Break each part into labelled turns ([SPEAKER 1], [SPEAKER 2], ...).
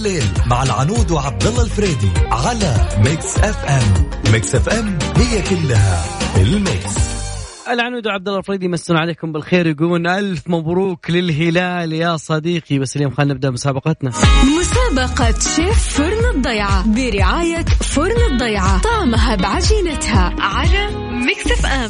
[SPEAKER 1] الليل مع العنود وعبد الله الفريدي على ميكس اف ام. ميكس اف ام هي كلها الميكس.
[SPEAKER 2] العنود وعبد الله الفريدي مسنا عليكم بالخير، يقولون ألف مبروك للهلال يا صديقي. بس اليوم خلينا نبدأ مسابقتنا.
[SPEAKER 3] مسابقة شيف فرن الضيعة برعاية فرن الضيعة، طعمها بعجينتها، على ميكس اف ام.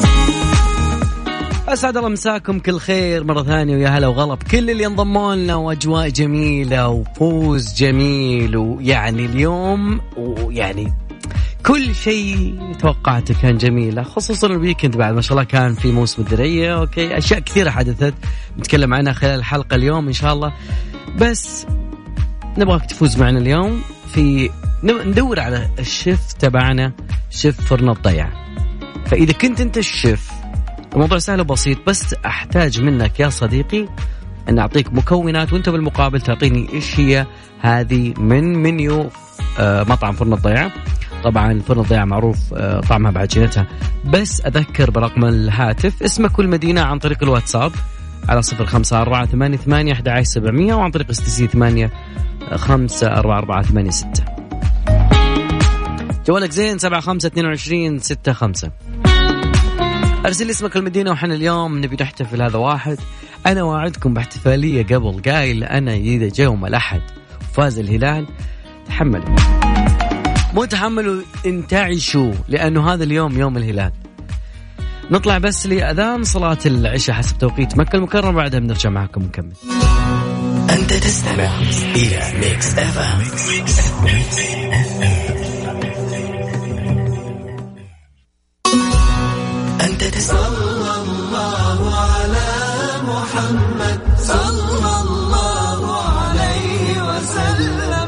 [SPEAKER 2] أسعد الله مساكم كل خير مرة ثانية، ويا هلا وغلب كل اللي انضموا لنا، وأجواء جميلة وفوز جميل، ويعني اليوم ويعني كل شيء توقعته كان جميلة، خصوصا الويكند بعد ما شاء الله كان في موسم الدرية. أوكي، أشياء كثيرة حدثت نتكلم عنها خلال الحلقة اليوم إن شاء الله، بس نبغاك تفوز معنا اليوم في ندور على الشيف تبعنا، شيف فرن الضيعة. فإذا كنت أنت الشيف الموضوع سهل وبسيط، بس أحتاج منك يا صديقي أن أعطيك مكونات، وأنت بالمقابل تعطيني إيش هي هذه من منيو مطعم فرن الضيعة. طبعا فرن الضيعة معروف طعمها بعجينتها، بس أذكر برقم الهاتف اسمك والمدينة عن طريق الواتساب على 0548811700 وعن طريق استسي854486. جوالك زين 752265. أرسل اسمك المدينة، وحنا اليوم نبي نحتفل. هذا واحد، أنا واعدكم باحتفالية قبل، قايل أنا إذا جاء يوم الأحد وفاز الهلال تحملوا، مو تحملوا انتعشوا، لأنه هذا اليوم يوم الهلال. نطلع بس لأذان صلاة العشاء حسب توقيت مكة المكرمة، بعدها بنرجع معكم ونكمل.
[SPEAKER 1] أنت تستمع إلى ميكس اف ام. صلى الله على محمد صلى الله عليه وسلم.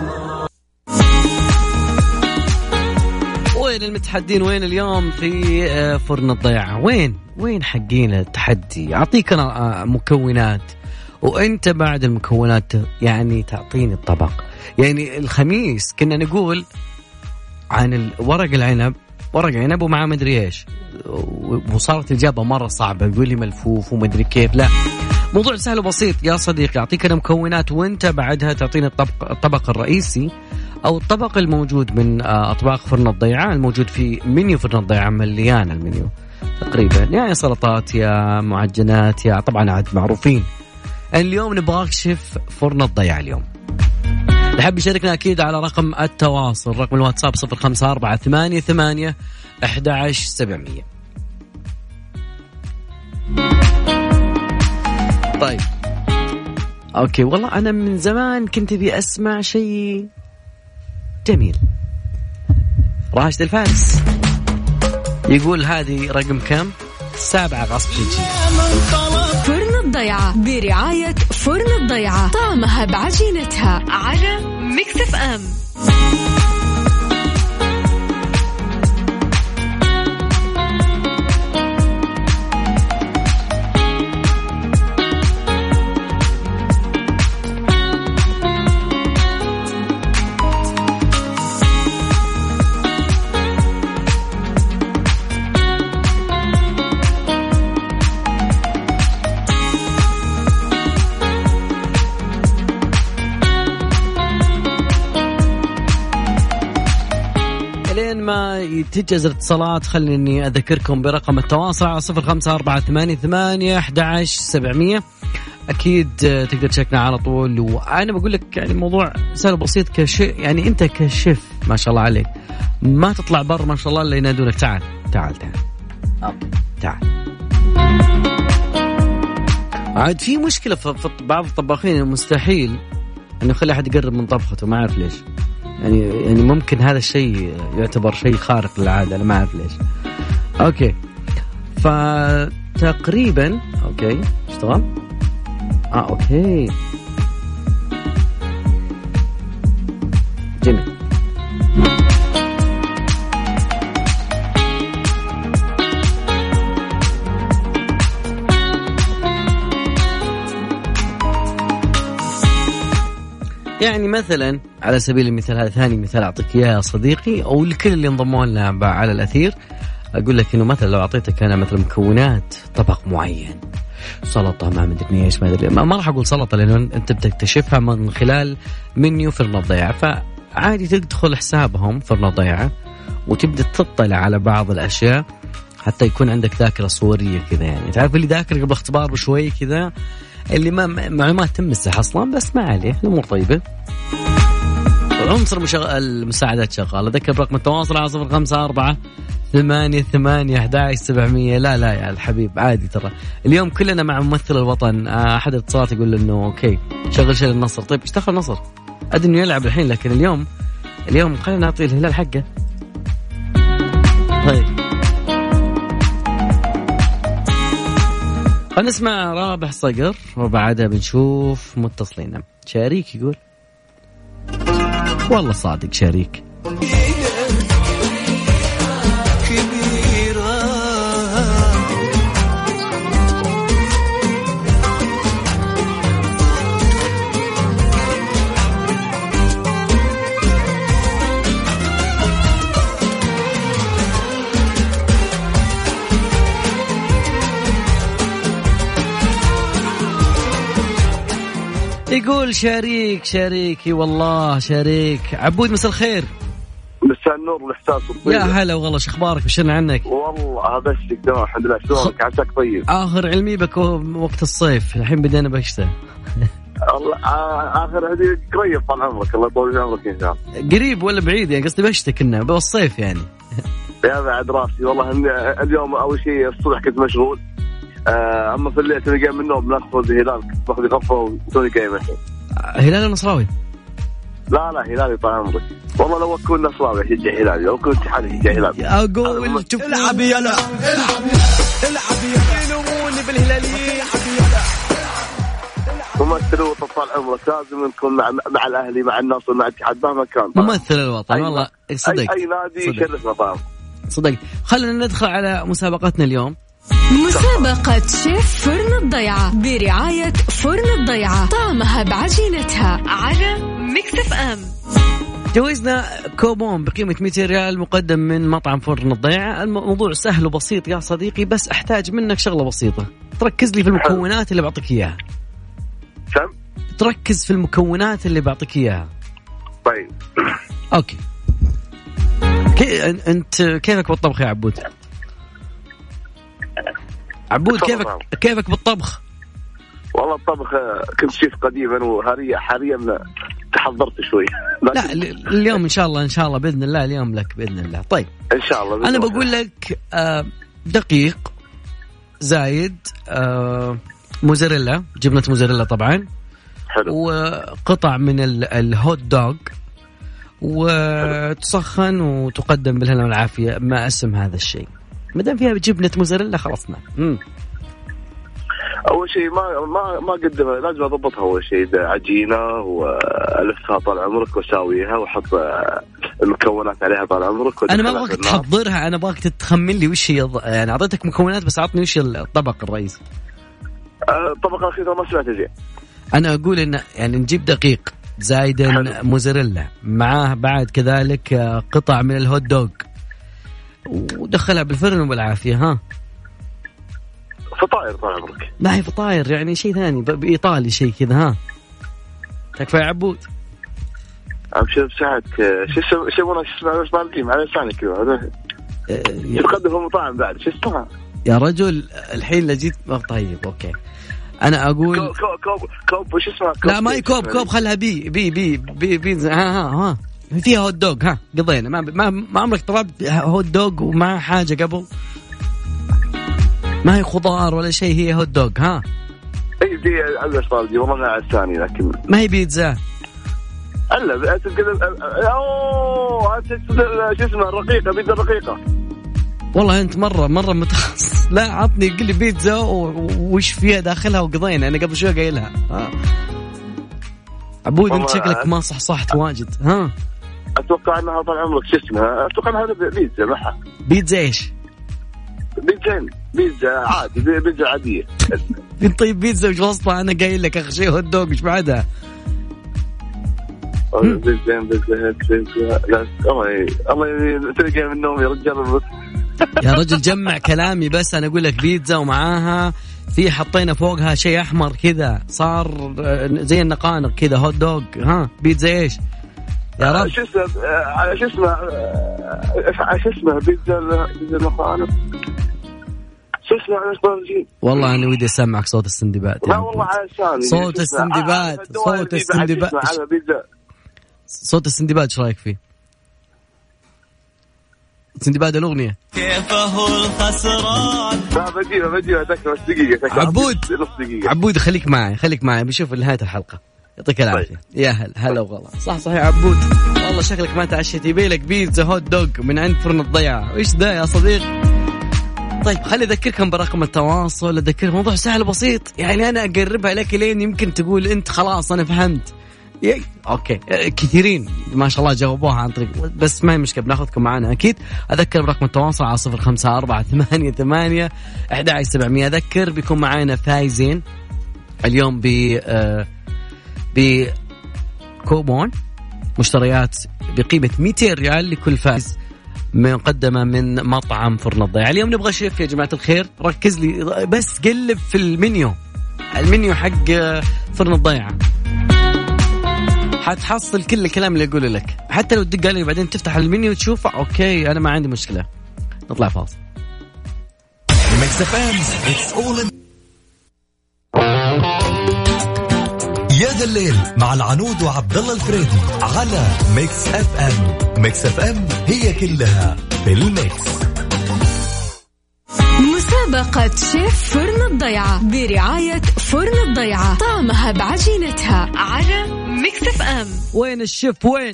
[SPEAKER 2] وين المتحدين؟ وين اليوم في فرن الضيعة؟ وين حقين التحدي؟ أعطيك أنا مكونات، وأنت بعد المكونات يعني تعطيني الطبق. يعني الخميس كنا نقول عن ورق العنب، ورق عنب ومعه مدري إيش، وصارت الإجابة مرة صعبة، يقول لي ملفوف ومدري كيف. لا، موضوع سهل وبسيط يا صديقي. أعطيك أنا مكونات، وأنت بعدها تعطيني الطبق الرئيسي أو الطبق الموجود من أطباق فرن الضيعة، الموجود في منيو فرن الضيعة. مليان المنيو تقريبا، يعني سلطات يا معجنات يا طبعا عاد معروفين. اليوم نبغاك شيف فرن الضيعة. اليوم نحب يشاركنا أكيد على رقم التواصل، رقم الواتساب 0548811700. طيب أوكي، والله أنا من زمان كنت بي أسمع شيء جميل. راشد الفارس يقول هذه رقم كم؟ 7 غصب تجي.
[SPEAKER 3] فرن الضيعة برعاية فرن الضيعة، طعمها بعجينتها، على ميكس اف ام.
[SPEAKER 2] ما تجهز الاتصالات خليني أذكركم برقم التواصل على 0548811700. أكيد تقدر تشاركنا على طول. وأنا بقول لك يعني الموضوع سهل بسيط كشيء، يعني أنت كشيف ما شاء الله عليك ما تطلع بر ما شاء الله اللي ينادونك تعال تعال تعال تعال. عاد في مشكلة في بعض الطباخين، مستحيل أنه يخلي أحد يقرب من طبخته، ما أعرف ليش. يعني ممكن هذا الشيء يعتبر شيء خارق للعادة، أنا ما أعرف ليش. أوكي، فتقريبا أوكي اشتغل. أوكي جميل. يعني مثلا على سبيل المثال، هذا ثاني مثال أعطيك إياه يا صديقي، أو لكل اللي انضموا لنا على الأثير، أقول لك إنه مثلا لو أعطيتك أنا مثلا مكونات طبق معين، سلطة ما مدري ايش ما ادري، ما راح اقول سلطة لانه انت بتكتشفها من خلال منيو فرن الضيعة. فعادي تدخل حسابهم فرن الضيعة وتبدأ تطلع على بعض الاشياء حتى يكون عندك ذاكرة صورية كذا، يعني تعرف اللي ذاكر قبل اختبار بشوي كذا اللي ما معلومات تمسح اصلا، بس ما عليه الامور طيبة. عنصر المساعدات شغال. أذكر رقم التواصل 0548811700. لا يا الحبيب عادي، ترى اليوم كلنا مع ممثل الوطن. أحد الاتصالات يقول إنه أوكي شغل شيء النصر. طيب ايش دخل النصر؟ أدري إنه يلعب الحين، لكن اليوم خلينا نعطي الهلال حقه. طيب خلينا نسمع رابح صقر وبعدها بنشوف متصلين. شريك يقول والله صادق شريك. يقول شريكي والله شريك. عبود مساء الخير.
[SPEAKER 4] مساء النور والإحساس الطيب.
[SPEAKER 2] يا هلا والله، شو اخبارك؟ بشرنا عنك.
[SPEAKER 4] والله بشتك تمام الحمد لله. شلونك؟ عساك طيب.
[SPEAKER 2] اخر علمي بك وقت الصيف، الحين بدينا بشتاء.
[SPEAKER 4] الله اخر هذه قريب طال عمرك، الله يطول عمرك ان شاء الله.
[SPEAKER 2] قريب ولا بعيد يعني؟ قصدي بشتاء كنا بالصيف يعني.
[SPEAKER 4] يا بعد راسي والله. اليوم اول شيء الصبح كنت مشغول، اما في الليل تلقى من النوم ناخذ هلال، كنت باخذ غفه وتوني قايم الحين.
[SPEAKER 2] هلال النصراوي؟
[SPEAKER 4] لا هلالي طال عمرك. والله لو اكون نصراوي اشجع هلالي، لو كنت اتحادي اشجع هلالي.
[SPEAKER 2] اقول
[SPEAKER 5] العب يلا
[SPEAKER 2] يلوموني بالهلاليين.
[SPEAKER 4] ممثل الوطن طال عمرك لازم نكون مع الاهلي مع النصر مع الاتحاد مهما كان.
[SPEAKER 2] ممثل الوطن والله صدق.
[SPEAKER 4] اي نادي يشرفنا طال.
[SPEAKER 2] صدق. خلينا ندخل على مسابقتنا اليوم.
[SPEAKER 3] مسابقة شيف فرن الضيعة برعاية فرن الضيعة، طعمها بعجينتها، على ميكس اف ام.
[SPEAKER 2] جوزنا كوبون بقيمة 200 ريال مقدم من مطعم فرن الضيعة. الموضوع سهل وبسيط يا صديقي، بس أحتاج منك شغلة بسيطة، تركز لي في المكونات اللي بعطيك إياها. تركز في المكونات اللي بعطيك إياها.
[SPEAKER 4] طيب
[SPEAKER 2] أوكي. أنت كيفك بالطبخ يا عبود؟ عبود كيفك بالطبخ؟
[SPEAKER 4] والله الطبخ كنت شيف قديما وحاليا تحضرت شوي.
[SPEAKER 2] لا اليوم إن شاء الله بإذن الله اليوم لك بإذن الله. طيب
[SPEAKER 4] إن شاء الله.
[SPEAKER 2] أنا بقول لك دقيق زايد، موزاريلا، جبنة موزاريلا طبعا.
[SPEAKER 4] حلو.
[SPEAKER 2] وقطع من الهوت دوغ، وتسخن وتقدم بالهنا والعافية. ما اسم هذا الشيء؟ مدام فيها جبنة موزاريلا خلصنا.
[SPEAKER 4] أول شيء ما قدمها، لازم أضبطها. أول شيء عجينة وألفها طال عمرك وساويها وحط المكونات عليها طال عمرك.
[SPEAKER 2] أنا ما أبغاك تحضرها، أنا أبغاك تتخمن لي وش هي. يعني أعطيتك مكونات بس عطني وش الطبق الرئيسي.
[SPEAKER 4] الطبق الأخير ما سمعت زين.
[SPEAKER 2] أنا أقول إن يعني نجيب دقيق زايدا موزاريلا، معاه بعد كذلك قطع من الهوت دوغ، ودخلها بالفرن وبالعافية. ها
[SPEAKER 4] فطاير طال عمرك.
[SPEAKER 2] لا هي فطاير يعني شيء ثاني بإيطالي شيء كذا. ها تكفى يا عبود.
[SPEAKER 4] أبشر بساعدك. شو اسمه بالجيم على لسانك كذا. يتقدم في المطاعم بعد شو اسمها
[SPEAKER 2] يا رجل الحين لجيت. طيب أوكي أنا أقول
[SPEAKER 4] كوب وش اسمها؟
[SPEAKER 2] لا ما هي كوب خلها بي ها فيها هوت دوغ. ها قضينا. ما عمرك طلبت هوت دوغ ومع حاجة قبل؟ ما هي خضار ولا شيء، هي هوت دوغ. ها
[SPEAKER 4] اي دي على صالدي والله ما على الثاني، لكن
[SPEAKER 2] ما هي بيتزا.
[SPEAKER 4] الا شو اسمه الرقيقة، بيتزا رقيقة.
[SPEAKER 2] والله أنت مرة متخصص. لا عطني قل لي بيتزا وش فيها داخلها وقضينا. أنا قبل شوي قايلها. عبود أنت شكلك ما صحصحت واجد. ها
[SPEAKER 4] أتوقع أنها طال عمرك شو اسمها، أتوقع أنها بيتزا معها.
[SPEAKER 2] بيتزا إيش؟ بيتزا
[SPEAKER 4] عادي، بيتزا عادية.
[SPEAKER 2] طيب بيتزا وش وسطها؟ أنا قايل لك آخر شيء هوت دوغ، إيش بعدها؟
[SPEAKER 4] بيتزا الله تلقى من النوم يا رجال.
[SPEAKER 2] يا رجل جمع كلامي بس. أنا أقول لك بيتزا ومعاها في حطينا فوقها شيء أحمر كذا صار زي النقانق كذا هوت دوغ. ها بيتزا إيش يا رب؟
[SPEAKER 4] شو اسمه بيتزا النقانق. شو اسمه؟
[SPEAKER 2] والله أنا ودي أسمعك صوت السندباد.
[SPEAKER 4] لا والله على لساني
[SPEAKER 2] صوت السندباد. صوت السندباد. صوت السندباد شو رأيك فيه؟ سندباد الأغنية
[SPEAKER 5] كيفه الخسران.
[SPEAKER 4] بدي أذكر بس دقيقة.
[SPEAKER 2] عبود خليك معي بشوف نهاية الحلقة. يعطيك العافية. يا هلا وغلا. صح عبود والله شكلك ما تعشيت. يبيلك بيتزا هوت دوغ من عند فرن الضيعة. إيش ده يا صديق؟ طيب خلي أذكركم برقم التواصل. أذكركم موضوع سهل بسيط يعني أنا أقربها لك لين يمكن تقول أنت خلاص أنا فهمت. اوكي كثيرين ما شاء الله جاوبوها عن طريق بس ما هي مشكله بناخذكم معنا اكيد. اذكر برقم التواصل على 0548811700. اذكر بيكون معنا فايزين اليوم بكوبون مشتريات بقيمه 200 ريال لكل فائز مقدمه من مطعم فرن الضيعة. اليوم نبغى شيف يا جماعه الخير. ركز لي بس قلب في المنيو حق فرن الضيعة حتحصل كل الكلام اللي يقوله لك. حتى لو تدق عليه بعدين تفتح المنيو وتشوفه اوكي انا ما عندي مشكله. نطلع فاصل.
[SPEAKER 1] يا ذا الليل مع العنود وعبد الله الفريدي على ميكس اف ام. ميكس اف ام هي كلها في الميكس.
[SPEAKER 3] مسابقة شيف فرن الضيعة برعاية فرن الضيعة، طعمها بعجينتها، على ميكس اف ام.
[SPEAKER 2] وين الشيف وين؟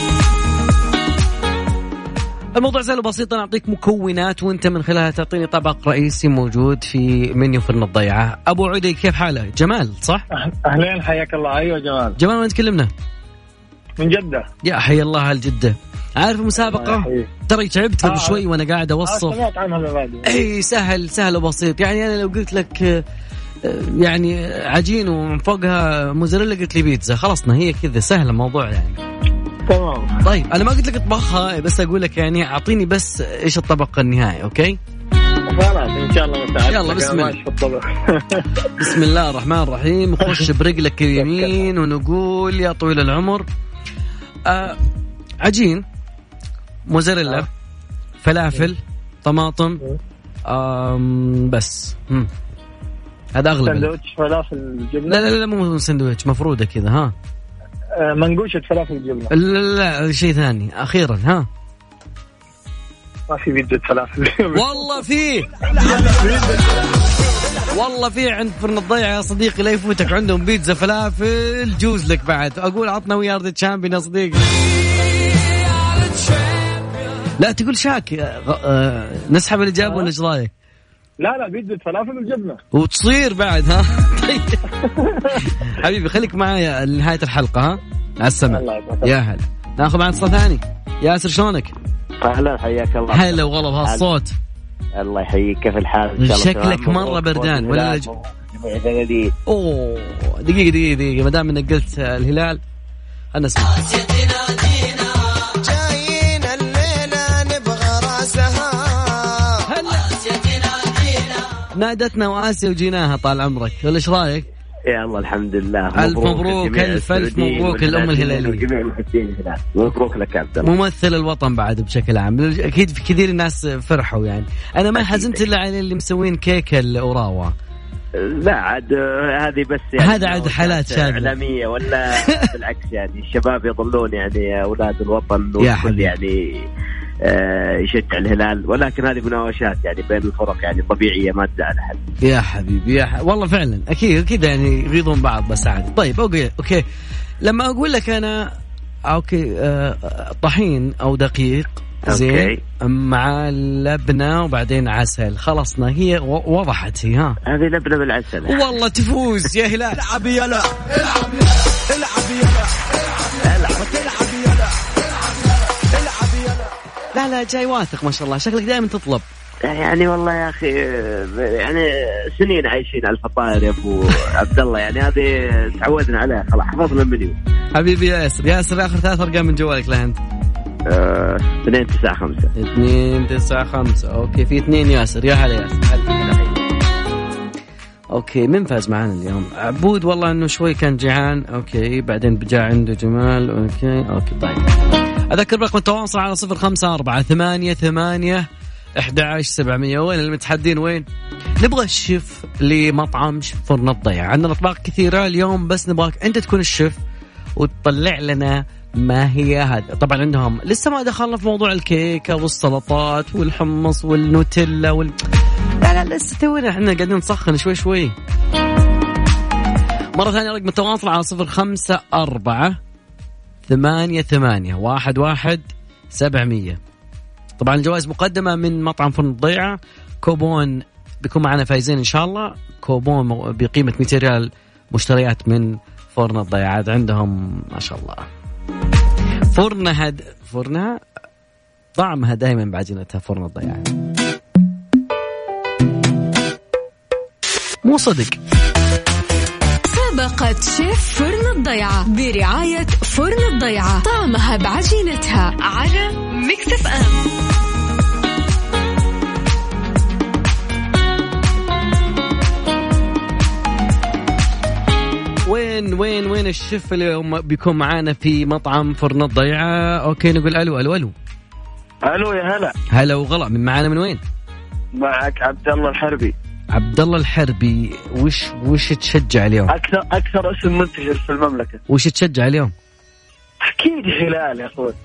[SPEAKER 2] الموضوع سهل وبسيط. أنا أعطيك مكونات وأنت من خلالها تعطيني طبق رئيسي موجود في منيو فرن الضيعة. أبو عدي كيف حاله؟ جمال صح؟
[SPEAKER 6] أهلين حياك الله. أيوة جمال
[SPEAKER 2] وين تكلمنا؟
[SPEAKER 6] من جدة.
[SPEAKER 2] يا حي الله الجدة. عارف المسابقة ترى تعبت قبل شوي وأنا قاعد أوصف.
[SPEAKER 6] سمعت عنها مبادئ.
[SPEAKER 2] أي سهل وبسيط يعني. أنا لو قلت لك يعني عجين ومن فوقها موزاريلا قلت لي بيتزا خلصنا. هي كذا سهل الموضوع يعني.
[SPEAKER 6] تمام.
[SPEAKER 2] طيب أنا ما قلت لك اطبخها بس أقول لك يعني أعطيني بس إيش الطبق النهائي. أوكي
[SPEAKER 6] خلاص إن شاء الله مساعد.
[SPEAKER 2] يلا بسم الله. بسم الله الرحمن الرحيم. نخش برجلك اليمين ونقول يا طويل العمر عجين موزاريلا فلافل طماطم بس هذا أغلب.
[SPEAKER 6] سندويتش فلافل جبنة.
[SPEAKER 2] لا مو سندويتش مفرودة كذا. ها
[SPEAKER 6] منقوشة فلافل جبنة.
[SPEAKER 2] لا شيء ثاني أخيرا. ها
[SPEAKER 6] ما في بيتزا فلافل.
[SPEAKER 2] والله في عند فرن الضيعة يا صديقي لا يفوتك. عندهم بيتزا فلافل جوز لك بعد. أقول عطنا ويا ذا تشامبيون يا صديقي. لا تقول شاك. نسحب الإجابة ولا إيش رأيك؟
[SPEAKER 6] لا بيتزا فلافل والجبنة
[SPEAKER 2] وتصير بعد. ها حبيبي خليك معايا لنهاية الحلقة. ها على السمع. يا هلا. ناخذ معنا اتصال ثاني. ياسر شلونك؟
[SPEAKER 7] أهلا حياك الله.
[SPEAKER 2] هلا وغلا بهالصوت.
[SPEAKER 7] الله يحييك. كيف الحال؟
[SPEAKER 2] شكلك مرة بردان ولا أوه دقيقة ما دام إنك قلت الهلال أنا اسمع.
[SPEAKER 5] جايين الليلة نبغى راسها.
[SPEAKER 2] نادتنا وآسيا وجيناها طال عمرك ولا إيش رأيك؟
[SPEAKER 7] يا الله الحمد لله.
[SPEAKER 2] ألف مبروك. ألف مبروك الأم الهلالية.
[SPEAKER 7] مبروك لك عبد الله.
[SPEAKER 2] ممثل الوطن بعد بشكل عام. أكيد في كثير ناس فرحوا يعني. أنا ما حزنت إلا على اللي مسوين كيك الأوراوا.
[SPEAKER 7] لا عاد هذه بس يعني
[SPEAKER 2] هذا عاد حالات شاذة
[SPEAKER 7] إعلامية ولا بالعكس يعني الشباب يظلون يعني أولاد الوطن والكل يعني يشجع الهلال. ولكن هذه مناوشات يعني بين الفرق يعني طبيعية ما تزعل أحد.
[SPEAKER 2] يا حبيبي والله فعلا أكيد كذا يعني يغيظون بعض بس عادي. طيب أوكي لما أقول لك أنا طحين أو دقيق زين مع لبنة وبعدين عسل خلصنا. هي وضحت هي. ها
[SPEAKER 7] هذه لبنة بالعسل
[SPEAKER 2] والله تفوز يا هلال.
[SPEAKER 5] العب يلا العب يلا
[SPEAKER 2] لا جاي واثق ما شاء الله. شكلك دائما تطلب
[SPEAKER 7] يعني. والله يا أخي يعني سنين عايشين على الفطاير يا أبو عبد الله يعني. هذه تعودنا عليها خلاص حفظنا المنيو.
[SPEAKER 2] حبيبي ياسر آخر 3 أرقام من جوالك لهند.
[SPEAKER 7] 295.
[SPEAKER 2] 295. اوكي في 2 ياسر. يا هلا ياسر. هلا. اوكي من فاز معانا اليوم؟ عبود والله انه شوي كان جيعان. اوكي بعدين جاء عنده جمال. اوكي طيب. اذكر رقم التواصل على 0548811700. وين المتحدين وين؟ نبغى الشيف لمطعم فرن الضيعة. عندنا اطباق كثيرة اليوم بس نبغاك انت تكون الشيف وتطلع لنا ما هي هذا. طبعا عندهم لسه ما دخلنا في موضوع الكيكة والسلطات والحمص والنوتيلا لا لسه تونا احنا قاعدين نسخن شوي. مرة ثانية رقم التواصل على 0548811700. طبعا الجوائز مقدمة من مطعم فرن الضيعة. كوبون بيكون معنا فايزين إن شاء الله. كوبون بقيمة 200 ريال مشتريات من فرن الضيعة. عندهم ما شاء الله فرنها طعمها دائما بعجينتها. فرن الضيعة مو صدق.
[SPEAKER 3] مسابقة شيف فرن الضيعة برعاية فرن الضيعة. طعمها بعجينتها على ميكس اف ام.
[SPEAKER 2] وين الشيف اللي بيكون معانا في مطعم فرن الضيعة؟ اوكي نقول الو.
[SPEAKER 6] الو يا هلا.
[SPEAKER 2] هلا وغلا. من معانا من وين؟
[SPEAKER 6] معك عبد الله الحربي.
[SPEAKER 2] عبد الله الحربي. وش تشجع اليوم؟
[SPEAKER 6] اكثر اسم منتشر في المملكة.
[SPEAKER 2] وش تشجع اليوم؟
[SPEAKER 6] اكيد هلال يا اخوي.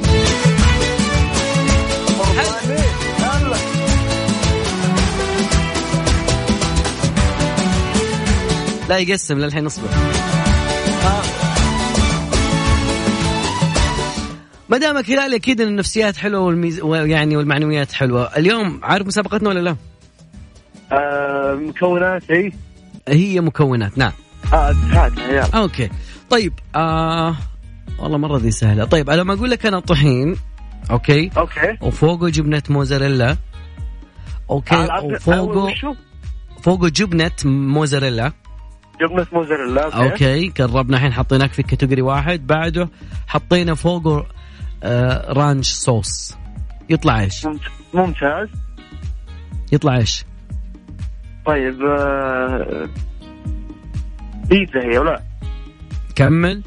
[SPEAKER 2] لا يقسم للحين نصبر. ما دامك هلالي اكيد ان النفسيات حلوه يعني والمعنويات حلوه. اليوم عارف مسابقتنا ولا لا؟
[SPEAKER 6] مكونات هي
[SPEAKER 2] مكونات. نعم. اوكي طيب. والله مره ذي سهله. طيب انا ما اقول لك انا طحين. اوكي وفوقه جبنه موزاريلا. اوكي فوقه جبنه موزاريلا. اوكي قربنا الحين. حطيناك في كاتيجوري واحد. بعده حطينا فوقه رانش صوص. يطلع ايش؟
[SPEAKER 6] ممتاز.
[SPEAKER 2] يطلع ايش؟
[SPEAKER 6] طيب بيتزا هي ولا؟
[SPEAKER 2] كمل.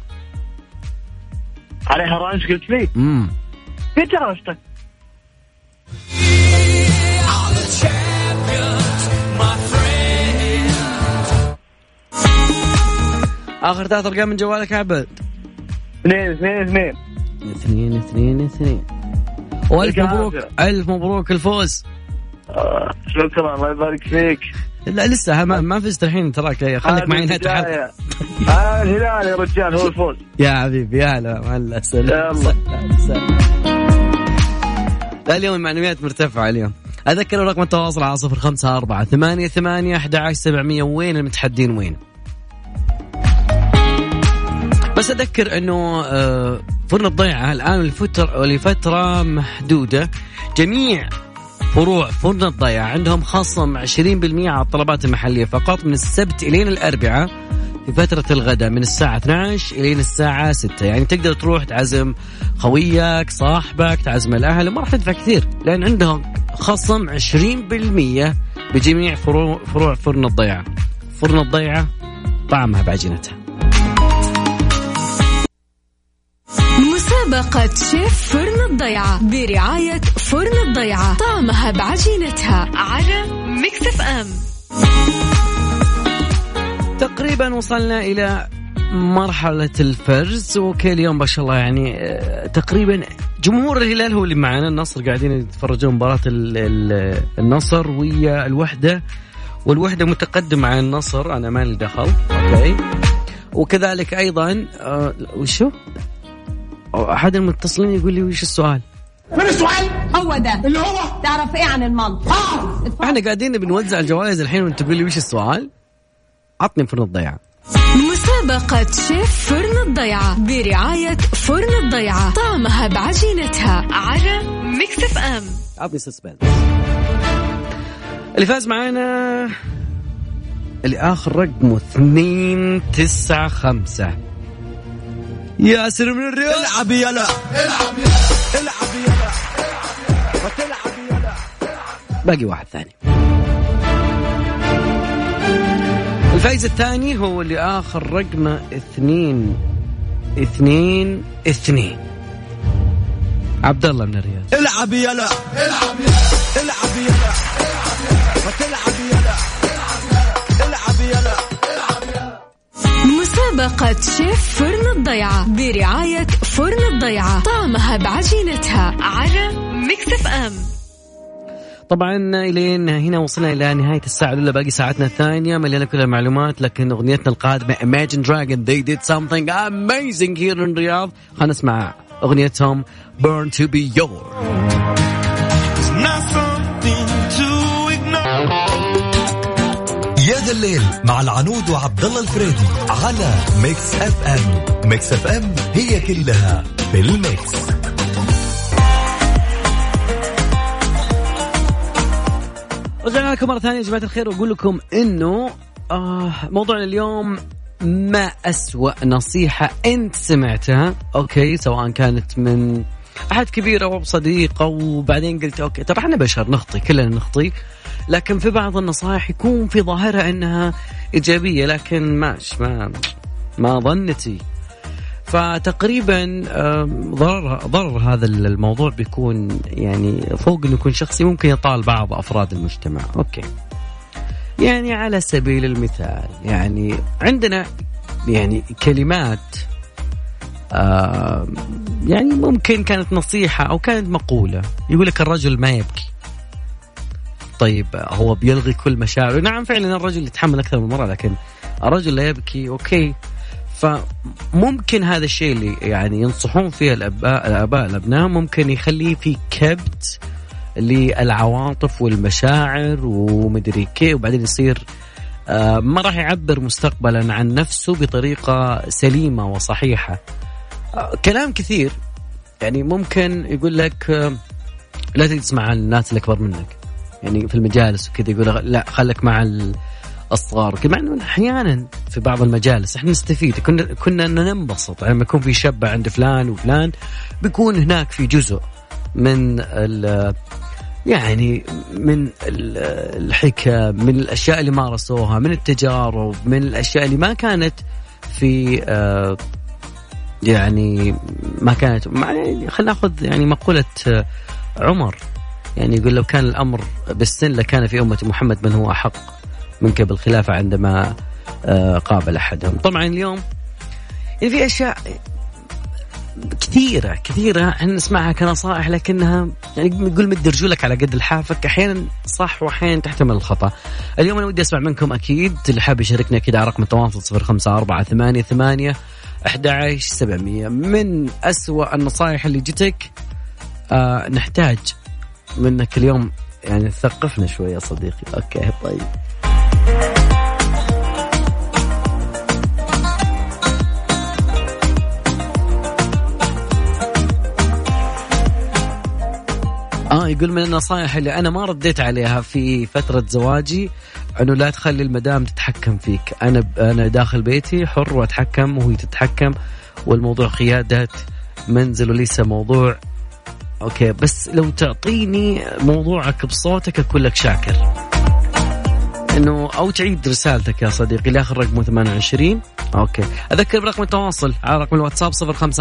[SPEAKER 6] عليها رانش قلت لي. بيتزا رانشتك.
[SPEAKER 2] آخر 3 أرقام من جوالك عبد.
[SPEAKER 6] 2.
[SPEAKER 2] والف مبروك. ألف مبروك الفوز.
[SPEAKER 6] شكرا الله يبارك فيك.
[SPEAKER 2] لا لسه ما فزت الحين تراك. خليك معي نهاية الحلقة.
[SPEAKER 6] الهلال يا رجال هو الفوز.
[SPEAKER 2] يا حبيبي يا هلا سلام. لا اليوم المعنويات مرتفعة اليوم. أذكر رقم التواصل على 0548811700. وين المتحدين وين؟ بس أذكر أنه فرن الضيعة الآن لفترة محدودة. جميع فروع فرن الضيعة عندهم خصم 20% على الطلبات المحلية فقط من السبت إلين الأربعاء في فترة الغداء من الساعة 12 إلين الساعة 6. يعني تقدر تروح تعزم خويك صاحبك تعزم الأهل وما راح تدفع كثير لأن عندهم خصم 20% بجميع فروع فرن الضيعة. فرن الضيعة طعمها بعجينتها.
[SPEAKER 3] مسابقة شيف فرن الضيعة برعاية فرن الضيعة. طعمها بعجينتها على ميكس اف ام.
[SPEAKER 2] تقريبا وصلنا إلى مرحلة الفرز. وكل يوم ما شاء الله يعني تقريبا جمهور الهلال هو اللي معنا. النصر قاعدين يتفرجون مباراة النصر ويا الوحدة والوحدة متقدم عن النصر. أنا ما لي دخل. أوكي وكذلك أيضا وشو أحد المتصلين يقول لي وش السؤال؟
[SPEAKER 8] من السؤال؟ هو ده اللي هو تعرف إيه عن المنطق؟
[SPEAKER 2] احنا قاعدين بنوزع الجوائز الحين وانت تقول لي وش السؤال؟ عطني فرن الضيعة.
[SPEAKER 3] مسابقة شيف فرن الضيعة برعاية فرن الضيعة. طعمها بعجينتها على ميكس اف ام.
[SPEAKER 2] عطني سسبنس. اللي فاز معانا اللي آخر رقمه 295 ياسر من الرياض.
[SPEAKER 5] العب يلا العب يلا العب يلا وتلعب يلا.
[SPEAKER 2] باقي واحد ثاني. الفايز الثاني هو اللي آخر رقمه 222. عبد الله من الرياض.
[SPEAKER 5] العب يلا العب يلا العب يلا وتلعب يلا العب يلا.
[SPEAKER 3] مسابقة شيف فرن الضيعة برعاية فرن الضيعة، طعمها بعجينتها، على ميكس اف ام.
[SPEAKER 2] طبعا إلين هنا وصلنا إلى نهاية الساعة الأولى، باقي ساعتنا الثانية مليانة كل المعلومات. لكن أغنيتنا القادمة Imagine Dragon They did something amazing here in Riyadh. خلينا نسمع أغنيتهم Born to be Yours.
[SPEAKER 1] يا ذا الليل مع العنود وعبد الله الفريدي على ميكس اف ام. ميكس اف ام هي كلها بالميكس.
[SPEAKER 2] رجعنا لكم مرة ثانية يا جماعة الخير، وأقول لكم إنه موضوعنا اليوم ما أسوأ نصيحة أنت سمعتها. أوكي، سواء كانت من أحد كبير أو صديق، وبعدين قلت أوكي ترى إحنا بشر نخطي، كلنا نخطي، لكن في بعض النصائح يكون في ظاهرها إنها إيجابية لكن ما ظنتي. فتقريبا ضرر هذا الموضوع بيكون يعني فوق إنه يكون شخصي، ممكن يطال بعض أفراد المجتمع. أوكي، يعني على سبيل المثال يعني عندنا يعني كلمات يعني ممكن كانت نصيحة أو كانت مقولة، يقول لك الرجل ما يبكي. طيب هو بيلغي كل مشاعره؟ نعم فعلا الرجل يتحمل أكثر من مرة، لكن الرجل لا يبكي. أوكي، فممكن هذا الشيء اللي يعني ينصحون فيه الآباء الأبناء ممكن يخليه في كبت للعواطف والمشاعر ومدري كيف، وبعدين يصير ما راح يعبر مستقبلا عن نفسه بطريقة سليمة وصحيحة. كلام كثير يعني ممكن يقول لك لا تجلس مع الناس الأكبر منك، يعني في المجالس وكذا يقول لا خلك مع الصغار وكذا، مع انه احيانا في بعض المجالس احنا نستفيد، كنا ننبسط لما يكون في شبه عند فلان وفلان، بيكون هناك في جزء من يعني من الحكم، من الاشياء اللي مارسوها، من التجارب، من الاشياء اللي ما كانت في يعني ما كانت خلينا ناخذ يعني مقولة عمر، يعني يقول لو كان الأمر بالسن لكان في أمة محمد من هو أحق منك بالخلافة عندما قابل أحدهم. طبعا اليوم يعني في أشياء كثيرة احنا نسمعها كنصائح، لكنها يعني نقول مد رجولك على قد لحافك، أحيانا صح وأحيانا تحتمل الخطأ. اليوم أنا ودي أسمع منكم أكيد، اللي حاب يشاركنا أكيد على رقم التواصل 0548811700. من أسوأ النصائح اللي جتك نحتاج منك اليوم يعني تثقفنا شوية يا صديقي. أوكي طيب، يقول من النصائح اللي أنا ما رديت عليها في فترة زواجي أنه لا تخلي المدام تتحكم فيك. أنا داخل بيتي حر وأتحكم وهي تتحكم، والموضوع قيادة منزل وليس موضوع أوكي بس لو تعطيني موضوعك بصوتك أكون لك شاكر. إنه أو تعيد رسالتك يا صديقي لآخر رقم 28. أوكي، أذكر برقم التواصل على رقم الواتساب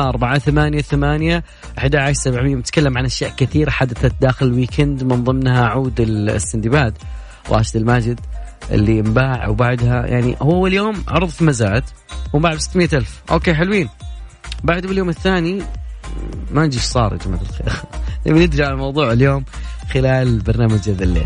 [SPEAKER 2] 0548811700. نتكلم عن أشياء كثيرة حدثت داخل الويكند، من ضمنها عود السندباد راشد الماجد اللي انباع، وبعدها يعني هو اليوم عرض في مزاد وباع ب600,000. أوكي حلوين. بعد باليوم الثاني ما نجيش صار يا جماعة الخير. نبي ندري على الموضوع اليوم خلال برنامج هذا الليل.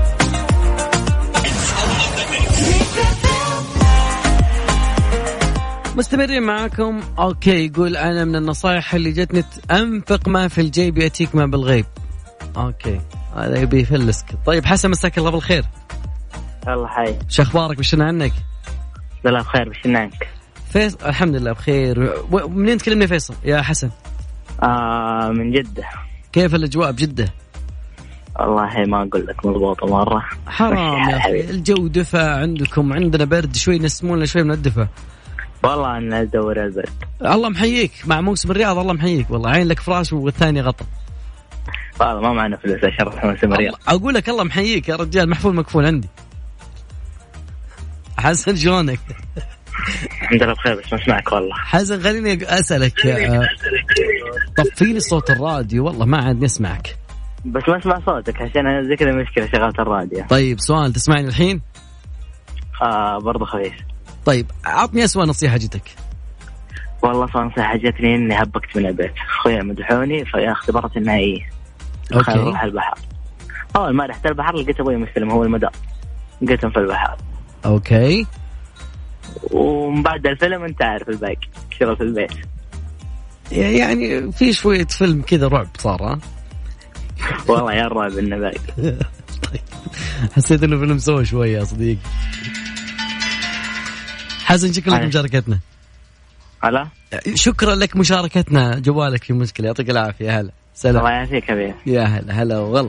[SPEAKER 2] مستمرين معاكم. أوكي، يقول أنا من النصائح اللي جتني أنفق ما في الجيب يأتيك ما بالغيب. أوكي، هذا يبي يفلسك. طيب حسن، مساك الله بالخير.
[SPEAKER 9] الله حي،
[SPEAKER 2] شو أخبارك؟ بشنا عنك؟
[SPEAKER 9] لا بخير، بشنا عنك؟
[SPEAKER 2] فيصل الحمد لله بخير. منين تكلمني فيصل يا حسن؟
[SPEAKER 9] من جدة.
[SPEAKER 2] كيف الأجواء بجدة؟
[SPEAKER 9] والله ما أقول لك مضبوطة مرة.
[SPEAKER 2] حرام يا أخي، الجو دفى عندكم، عندنا برد شوي، نسمونا شوي من الدفى.
[SPEAKER 9] والله أنا أدور البرد.
[SPEAKER 2] الله محييك مع موسم الرياض، الله محييك والله، عين لك فراش والثاني غطا.
[SPEAKER 9] والله ما معنا فلوس أشرح موسم الرياض.
[SPEAKER 2] أقول لك الله محييك يا رجال، محفول مكفول عندي. حسن شلونك؟
[SPEAKER 9] الحمد لله بخير، بس ما اسمعك والله.
[SPEAKER 2] حسن خليني أسألك، طفي لي صوت الراديو والله ما عاد نسمعك.
[SPEAKER 9] بس ما اسمع صوتك عشان أنا زي كذا مشكلة شغلت الراديو.
[SPEAKER 2] طيب سؤال، تسمعني الحين؟
[SPEAKER 9] برضو خفيف.
[SPEAKER 2] طيب عطني أسوأ نصيحة جتك.
[SPEAKER 9] والله صار نصيحة جتني إني هبكت من البيت، أخويا مدحوني فاختبرت النهائية. خلينا نروح البحر. أول ما رحت البحر لقيت أبوي مستلم هو المدار، لقيتهم في البحر.
[SPEAKER 2] أوكي.
[SPEAKER 9] ومن بعد الفيلم أنت عارف الباقي، شغل في البيت.
[SPEAKER 2] يعني في شوية فيلم كذا رعب صار.
[SPEAKER 9] والله يا الرعب إنه باقي.
[SPEAKER 2] طيب حسيت إنه فيلم سوى شوية يا صديق. حسن شكرا لك مشاركتنا.
[SPEAKER 9] هلا.
[SPEAKER 2] شكرا لك مشاركتنا، جوالك في مشكلة، يعطيك العافية. هلا سلام.
[SPEAKER 9] الله يعافيك حبيبي.
[SPEAKER 2] يا هلا وغلا.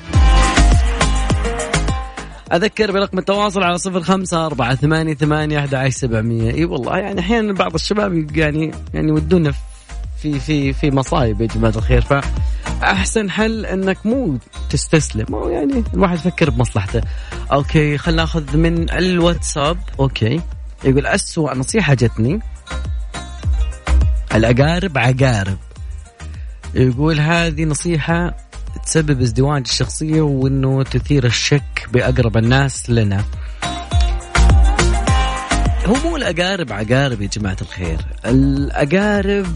[SPEAKER 2] أذكر برقم التواصل على 0548811700. إي والله يعني أحيانا بعض الشباب يعني ودونا في مصايب يا جماعة الخير، فأحسن حل أنك مو تستسلم، أو يعني الواحد يفكر بمصلحته. أوكي خلنا نأخذ من الواتساب. أوكي يقول أسوأ نصيحة جتني، الأقارب عقارب. يقول هذه نصيحة تسبب ازدواج الشخصية وإنه تثير الشك بأقرب الناس لنا. هو مو الأقارب عقارب يا جماعة الخير، الأقارب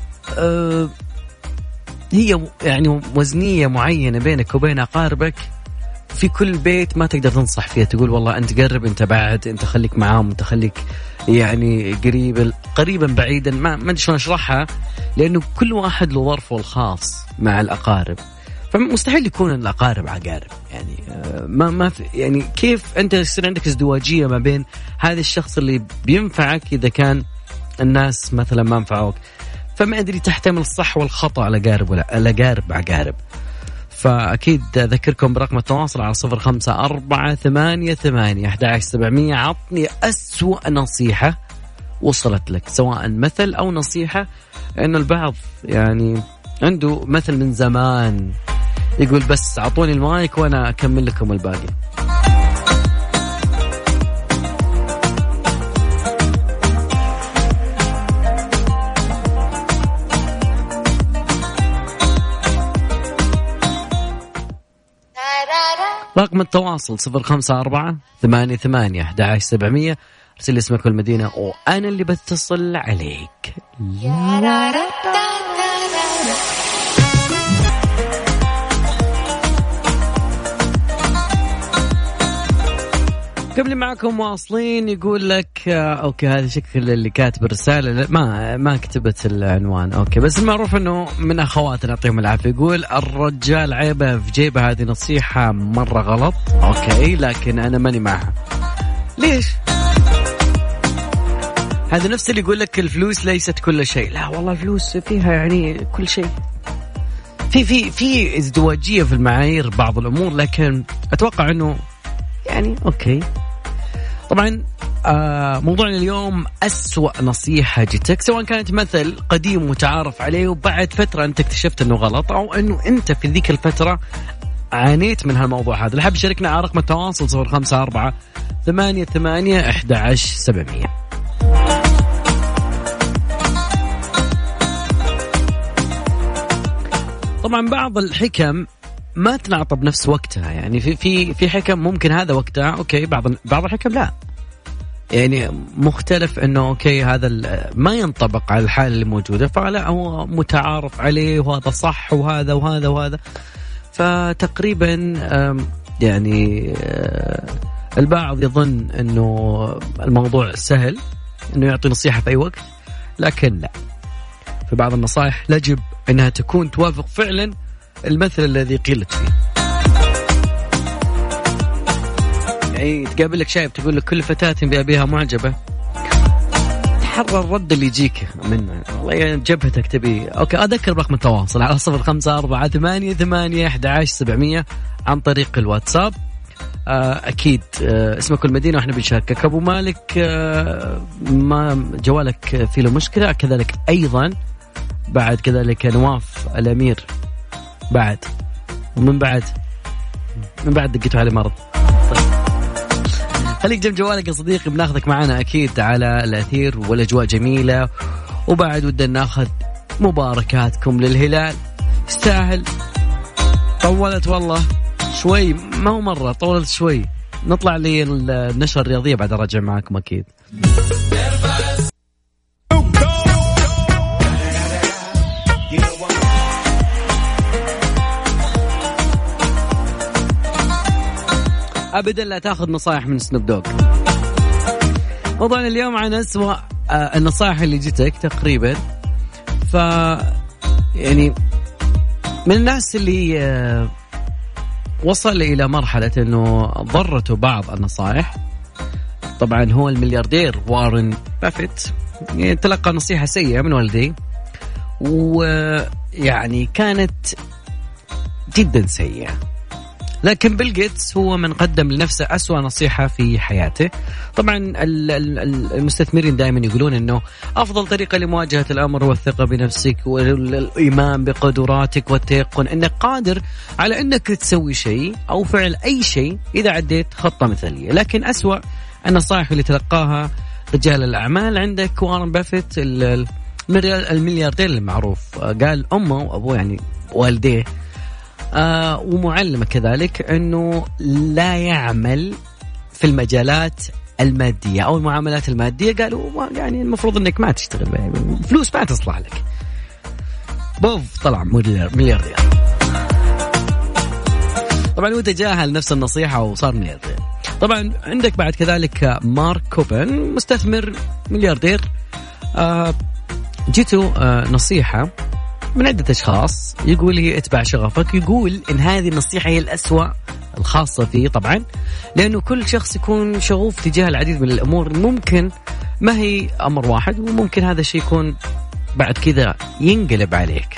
[SPEAKER 2] هي يعني وزنية معينة بينك وبين أقاربك في كل بيت، ما تقدر تنصح فيها تقول والله أنت قرب أنت بعد، أنت خليك معاهم، أنت خليك يعني قريبا بعيدا، ما أدري شلون أشرحها، لأنه كل واحد له ظرفه الخاص مع الأقارب، فمستحيل يكون الأقارب عقارب. يعني ما في يعني كيف أنت يصير عندك ازدواجية ما بين هذا الشخص اللي بينفعك إذا كان الناس مثلا ما نفعوك، فما أدري تحتمل الصح والخطأ على قارب ولا الأقارب عقارب. فأكيد أذكركم برقم التواصل على 0548811700. عطني أسوأ نصيحة وصلت لك، سواء مثل أو نصيحة، لأنه البعض يعني عنده مثل من زمان يقول بس عطوني المايك وأنا أكمل لكم الباقي. رقم التواصل 0548811700. ارسل اسمك والمدينة وأنا اللي بتصل عليك. قبل معكم واصلين يقول لك اوكي هذا شكل اللي كاتب الرسالة ما كتبت العنوان. اوكي بس المعروف انه من اخواتنا يعطيهم العافية. يقول الرجال عيبه في جيبه، هذه نصيحة مرة غلط. اوكي لكن انا ماني معها. ليش؟ هذا نفس اللي يقول لك الفلوس ليست كل شيء. لا والله الفلوس فيها يعني كل شيء. في ازدواجية في المعايير بعض الامور، لكن اتوقع انه يعني اوكي. طبعا موضوعنا اليوم أسوأ نصيحة جتك، سواء كانت مثل قديم متعارف عليه وبعد فترة أنت اكتشفت أنه غلط، أو أنه أنت في ذيك الفترة عانيت من هالموضوع هذا. اللي حاب يشاركنا على رقم التواصل 0548811700. طبعا بعض الحكم ما تنعطى بنفس وقتها، يعني في حكم ممكن هذا وقتها اوكي، بعض الحكم لا، يعني مختلف انه اوكي هذا ما ينطبق على الحالة اللي موجودة، فلا هو متعارف عليه وهذا صح وهذا وهذا وهذا. فتقريبا يعني البعض يظن انه الموضوع سهل، انه يعطي نصيحة في اي وقت، لكن لا، في بعض النصائح يجب انها تكون توافق فعلا المثل الذي قيلت فيه. يعني تقابل لك شايب تقول لك كل فتاة بأبيها معجبة، تحرر الرد اللي يجيك منه، والله يعني جبهتك تبي. اوكي اذكر رقم التواصل على 0548811700 عن طريق الواتساب. أكيد اسمك والمدينة وإحنا بنشاركك. أبو مالك ما جوالك فيه له مشكلة، كذلك أيضا بعد كذلك نواف الأمير بعد، ومن بعد دقيتوا على مرض. طيب خليك جنب جوالك يا صديقي، بناخذك معنا أكيد على الأثير والأجواء جميلة. وبعد ودنا ناخذ مباركاتكم للهلال، يستاهل. طولت والله شوي، ما هو مرة طولت شوي. نطلع لي النشرة الرياضية بعد أرجع معاكم أكيد. أبدا لا تأخذ نصائح من سنوب دوغ. موضوعنا اليوم عن أسوأ النصائح اللي جتك تقريبا. يعني من الناس اللي وصل إلى مرحلة أنه ضرته بعض النصائح، طبعا هو الملياردير وارن بافيت. يعني تلقى نصيحة سيئة من والديه، ويعني كانت جدا سيئة. لكن بيل جيتس هو من قدم لنفسه أسوأ نصيحة في حياته. طبعا المستثمرين دائما يقولون أنه أفضل طريقة لمواجهة الأمر هو الثقة بنفسك والإيمان بقدراتك والتيقن أنك قادر على أنك تسوي شيء أو فعل أي شيء إذا عديت خطة مثالية. لكن أسوأ النصائح اللي تلقاها رجال الأعمال عندك وارن بافيت الملياردير المعروف. قال أمه وأبوه يعني والديه ومعلمة كذلك أنه لا يعمل في المجالات المادية أو المعاملات المادية. قالوا يعني المفروض أنك ما تشتغل، فلوس ما تصلح لك. بوف طلع ملياردير. طبعا هو تجاهل نفس النصيحة وصار ملياردير. طبعا عندك بعد كذلك مارك كوبن مستثمر ملياردير. جيته نصيحة من عدة أشخاص يقول هي اتبع شغفك. يقول إن هذه النصيحة هي الأسوأ الخاصة فيه طبعا، لأنه كل شخص يكون شغوف تجاه العديد من الأمور، ممكن ما هي أمر واحد، وممكن هذا الشيء يكون بعد كذا ينقلب عليك.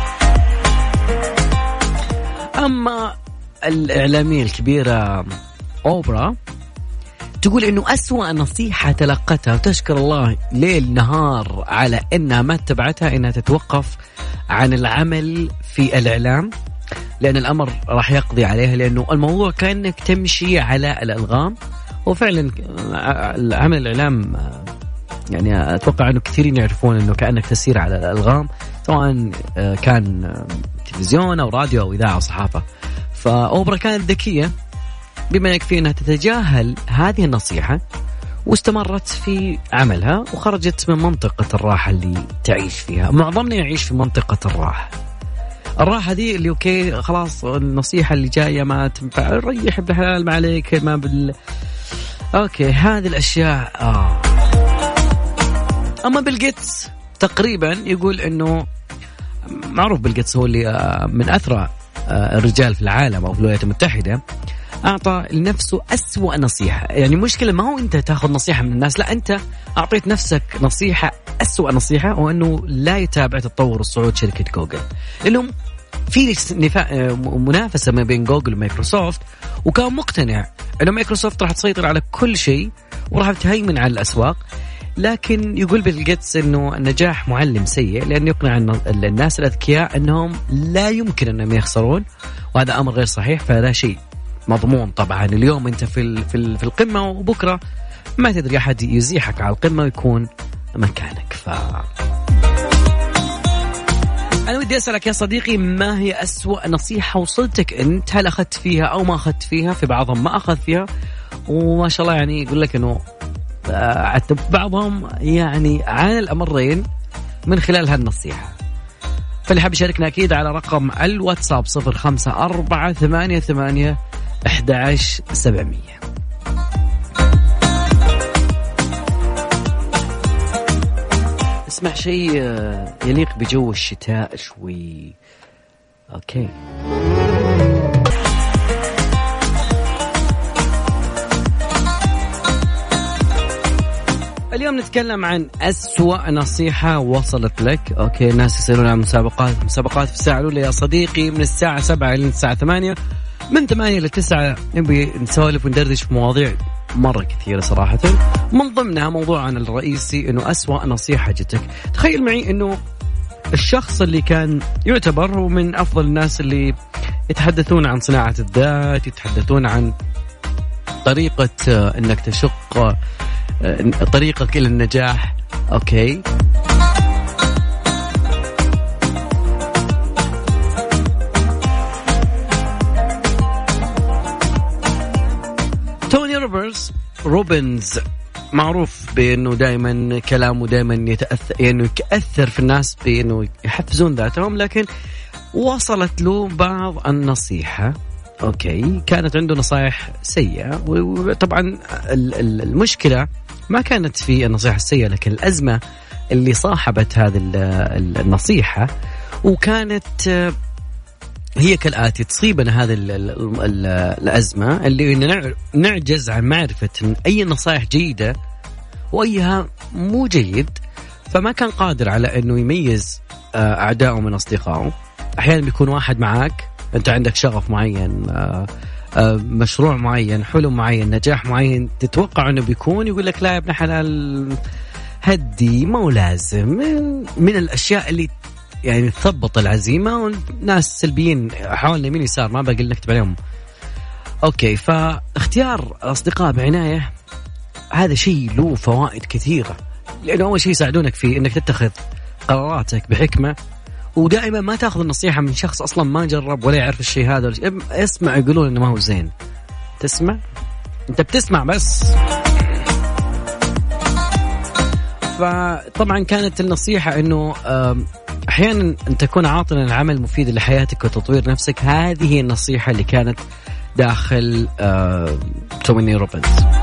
[SPEAKER 2] أما الإعلامية الكبيرة أوبرا تقول إنه أسوأ نصيحة تلقتها، وتشكر الله ليل نهار على إنها ما اتبعتها، إنها تتوقف عن العمل في الإعلام، لأن الأمر راح يقضي عليها. لأنه الموضوع كأنك تمشي على الألغام. وفعلا عمل الإعلام يعني أتوقع أنه كثيرين يعرفون أنه كأنك تسير على الألغام، سواء كان تلفزيون أو راديو أو إذاعة أو صحافة. فأوبرا كانت ذكية بما يكفي أنها تتجاهل هذه النصيحة واستمرت في عملها، وخرجت من منطقة الراحة اللي تعيش فيها. معظمنا يعيش في منطقة الراحة دي اللي أوكي خلاص النصيحة اللي جاية ما تنفع، ريح بحلال ما عليك ما أوكي هذه الأشياء. أما بيل جيتس تقريبا يقول إنه معروف بيل جيتس هو اللي من أثرى الرجال في العالم أو في الولايات المتحدة، أعطى لنفسه أسوأ نصيحة. يعني مشكلة ما هو أنت تأخذ نصيحة من الناس، لا أنت أعطيت نفسك نصيحة أسوأ نصيحة، وأنه لا يتابع تطور الصعود شركة جوجل، لأنهم في منافسة ما بين جوجل ومايكروسوفت، وكان مقتنع أنه مايكروسوفت راح تسيطر على كل شيء وراح تهيمن على الأسواق. لكن يقول بيل جيتس أنه النجاح معلم سيء، لأنه يقنع الناس الأذكياء أنهم لا يمكن أنهم يخسرون، وهذا أمر غير صحيح. فلا شيء مضمون طبعا. اليوم أنت في القمة، وبكرة ما تدري أحد يزيحك على القمة ويكون مكانك. أنا ودي أسألك يا صديقي، ما هي أسوأ نصيحة وصلتك أنت؟ هل أخذت فيها أو ما أخذت فيها؟ في بعضهم ما أخذ فيها وما شاء الله يعني يقول لك أنه بعضهم يعني عانى الأمرين من خلال هالنصيحة. فاللي حاب يشاركنا أكيد على رقم الواتساب 0548811700. اسمع شيء يليق بجو الشتاء شوي. أوكي اليوم نتكلم عن أسوأ نصيحة وصلت لك. أوكي الناس يصيرون على مسابقات في الساعة الأولى يا صديقي من الساعة 7 إلى الساعة 8. من 8 ل 9 نبي نسولف وندردش في مواضيع مرة كثيرة صراحة. من ضمنها موضوعنا الرئيسي إنه أسوأ نصيحة جتك. تخيل معي إنه الشخص اللي كان يعتبر هو من أفضل الناس اللي يتحدثون عن صناعة الذات، يتحدثون عن طريقة إنك تشق طريقك إلى النجاح. أوكي، توني روبنز معروف بأنه دائما كلامه دائما يتأثر، يعني يأثر في الناس بأنه يحفزون ذاتهم، لكن وصلت له بعض النصيحة. أوكي، كانت عنده نصائح سيئة، وطبعا المشكلة ما كانت في النصيحة السيئة، لكن الأزمة اللي صاحبت هذه النصيحة، وكانت هي كالآتي. تصيبنا هذه الأزمة اللي نعجز عن معرفة أي نصائح جيدة وأيها مو جيد، فما كان قادر على أنه يميز أعدائه من أصدقائه. أحيانا بيكون واحد معاك، أنت عندك شغف معين، مشروع معين، حلم معين، نجاح معين، تتوقع أنه بيكون، يقول لك لا يا ابن حلال هدي، ما هو لازم. من الأشياء اللي يعني تثبط العزيمة، والناس سلبيين حاولنا يمين يسار، ما بقول نكتب عليهم. أوكي، فاختيار أصدقاء بعناية هذا شيء له فوائد كثيرة، لأنه أول شيء يساعدونك في أنك تتخذ قراراتك بحكمة، ودائما ما تأخذ النصيحة من شخص أصلا ما جرب ولا يعرف الشيء هذا. اسمع يقولون إنه ما هو زين، تسمع، أنت بتسمع بس. فطبعا كانت النصيحة إنه أحيانا أن تكون عاطلا العمل مفيد لحياتك وتطوير نفسك. هذه هي النصيحة اللي كانت داخل توني روبنز.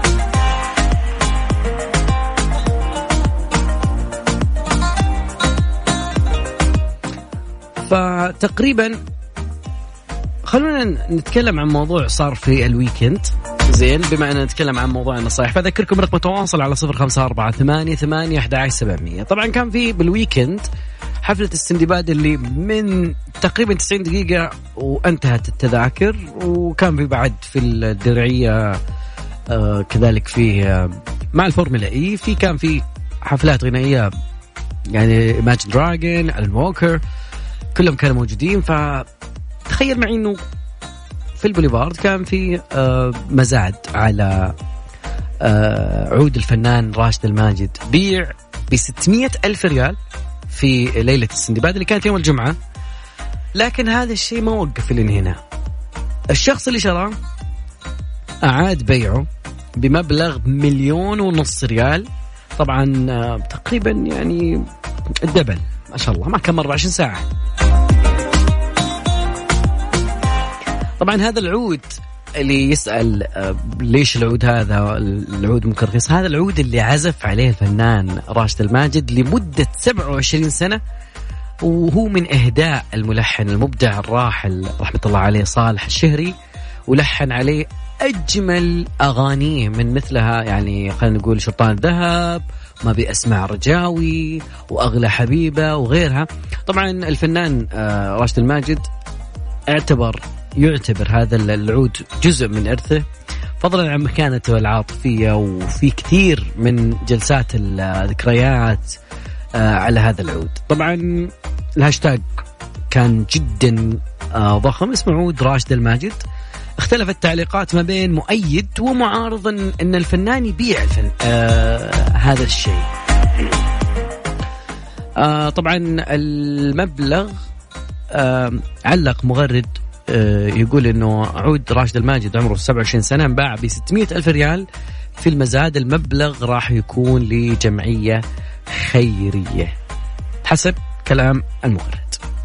[SPEAKER 2] فتقريبا خلونا نتكلم عن موضوع صار في الويكند. زين، بما أننا نتكلم عن موضوع النصائح، فأذكركم رقم التواصل على 0548811700. طبعا كان في بالويكند حفلة السندباد اللي من تقريبا 90 دقيقة وانتهت التذاكر، وكان في بعد في الدرعية كذلك في مع الفورمولا إي، كان في حفلات غنائية، يعني Imagine Dragon، ألان ووكر، كلهم كانوا موجودين. فتخيل معي إنه في البوليفارد كان في مزاد على عود الفنان راشد الماجد، بيع ب600,000 ريال في ليلة السندباد اللي كانت يوم الجمعة. لكن هذا الشيء ما وقف لين هنا. الشخص اللي شراه أعاد بيعه بمبلغ 1.5 مليون ريال. طبعا تقريبا يعني الدبل، ما شاء الله، ما كان 24 ساعة. طبعا هذا العود اللي يسأل ليش العود هذا العود ممكن رخيص، هذا العود اللي عزف عليه الفنان راشد الماجد لمدة 27 سنة، وهو من إهداء الملحن المبدع الراحل رحمة الله عليه صالح الشهري، ولحن عليه أجمل أغانيه من مثلها، يعني خلينا نقول شرطان الذهب، ما بأسمع رجاوي، وأغلى حبيبة، وغيرها. طبعا الفنان راشد الماجد يعتبر هذا العود جزء من إرثه، فضلا عن مكانته العاطفية، وفي كثير من جلسات الذكريات على هذا العود. طبعا الهاشتاج كان جدا ضخم، اسمه عود راشد الماجد. اختلفت التعليقات ما بين مؤيد ومعارض ان الفنان يبيع هذا الشيء. طبعا المبلغ علق مغرد يقول انه عود راشد الماجد عمره 27 سنة باع ب600,000 ريال في المزاد. المبلغ راح يكون لجمعية خيرية حسب كلام المغرد.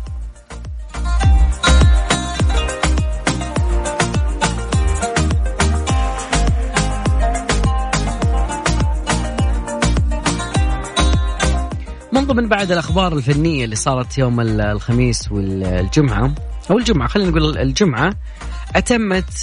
[SPEAKER 2] من ضمن بعد الأخبار الفنية اللي صارت يوم الخميس والجمعة، أو الجمعة، خلينا نقول الجمعة، أتمت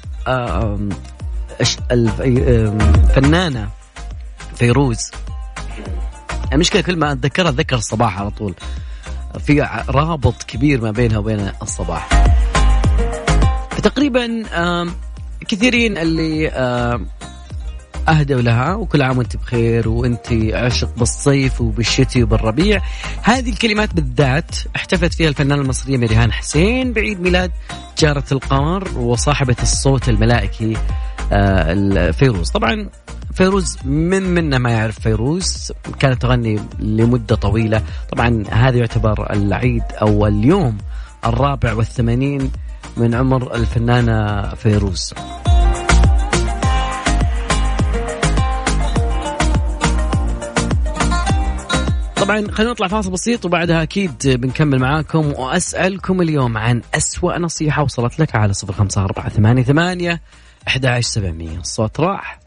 [SPEAKER 2] الفنانة فيروز. المشكلة كل ما أتذكر الصباح على طول، في رابط كبير ما بينها وبين الصباح. تقريبا كثيرين اللي أهدوا لها وكل عام وانت بخير وانت عشق بالصيف وبالشتي وبالربيع. هذه الكلمات بالذات احتفت فيها الفنانة المصرية مريهان حسين بعيد ميلاد جارة القمر وصاحبة الصوت الملائكي فيروز. طبعا فيروز منا ما يعرف فيروز، كانت تغني لمدة طويلة. طبعا هذا يعتبر العيد أو اليوم 84 من عمر الفنانة فيروز. طبعا خلينا نطلع فاصل بسيط وبعدها أكيد بنكمل معاكم وأسألكم اليوم عن أسوأ نصيحة وصلت لك على 0548811700. الصوت راح.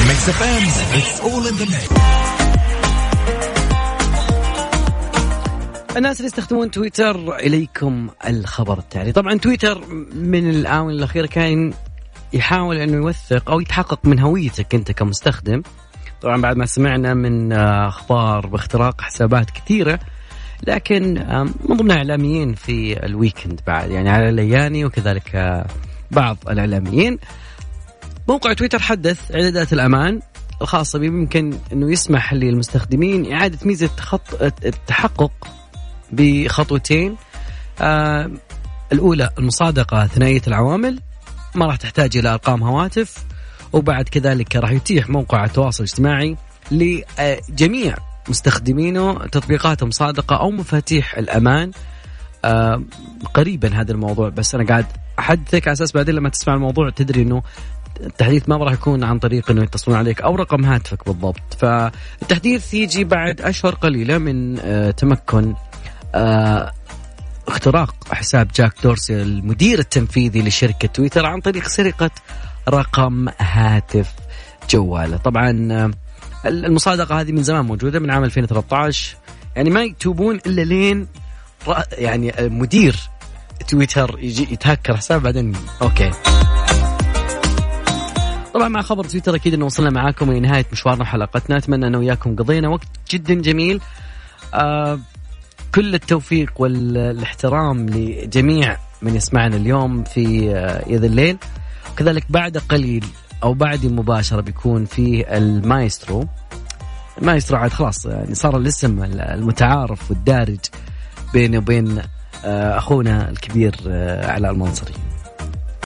[SPEAKER 2] الناس اللي يستخدمون تويتر إليكم الخبر التالي. طبعا تويتر من الآونة الأخيرة كان يحاول أنه يوثق أو يتحقق من هويتك أنت كمستخدم. طبعا بعد ما سمعنا من أخبار باختراق حسابات كثيرة، لكن من ضمن إعلاميين في الويكند بعد يعني على اللياني وكذلك بعض الإعلاميين. موقع تويتر حدث إعدادات الأمان الخاصة به يمكن أنه يسمح للمستخدمين إعادة ميزة التحقق بخطوتين. الأولى المصادقة ثنائية العوامل، ما راح تحتاج إلى أرقام هواتف، وبعد كذلك راح يتيح موقع التواصل الاجتماعي لجميع مستخدمينه تطبيقات مصادقة أو مفاتيح الأمان. قريبا هذا الموضوع، بس أنا قاعد أحدثك على أساس بعدين لما تسمع الموضوع تدري أنه التحديث ما راح يكون عن طريق أنه يتصلون عليك أو رقم هاتفك بالضبط. فالتحديث يجي بعد أشهر قليلة من تمكن اختراق حساب جاك دورسي المدير التنفيذي لشركة تويتر عن طريق سرقة رقم هاتف جواله. طبعا المصادقة هذه من زمان موجودة من عام 2013، يعني ما يتوبون إلا لين يعني مدير تويتر يجي يتهكر حساب بعدين أوكي. طبعا مع خبر تويتر أكيد أنه وصلنا معاكم لنهاية مشوارنا وحلقتنا. أتمنى أنه وياكم قضينا وقت جدا جميل. كل التوفيق والاحترام لجميع من يسمعنا اليوم في يد الليل. وكذلك بعد قليل أو بعد مباشرة بيكون في المايسترو عاد خلاص يعني صار الاسم المتعارف والدارج بيني وبين أخونا الكبير علاء المنصري.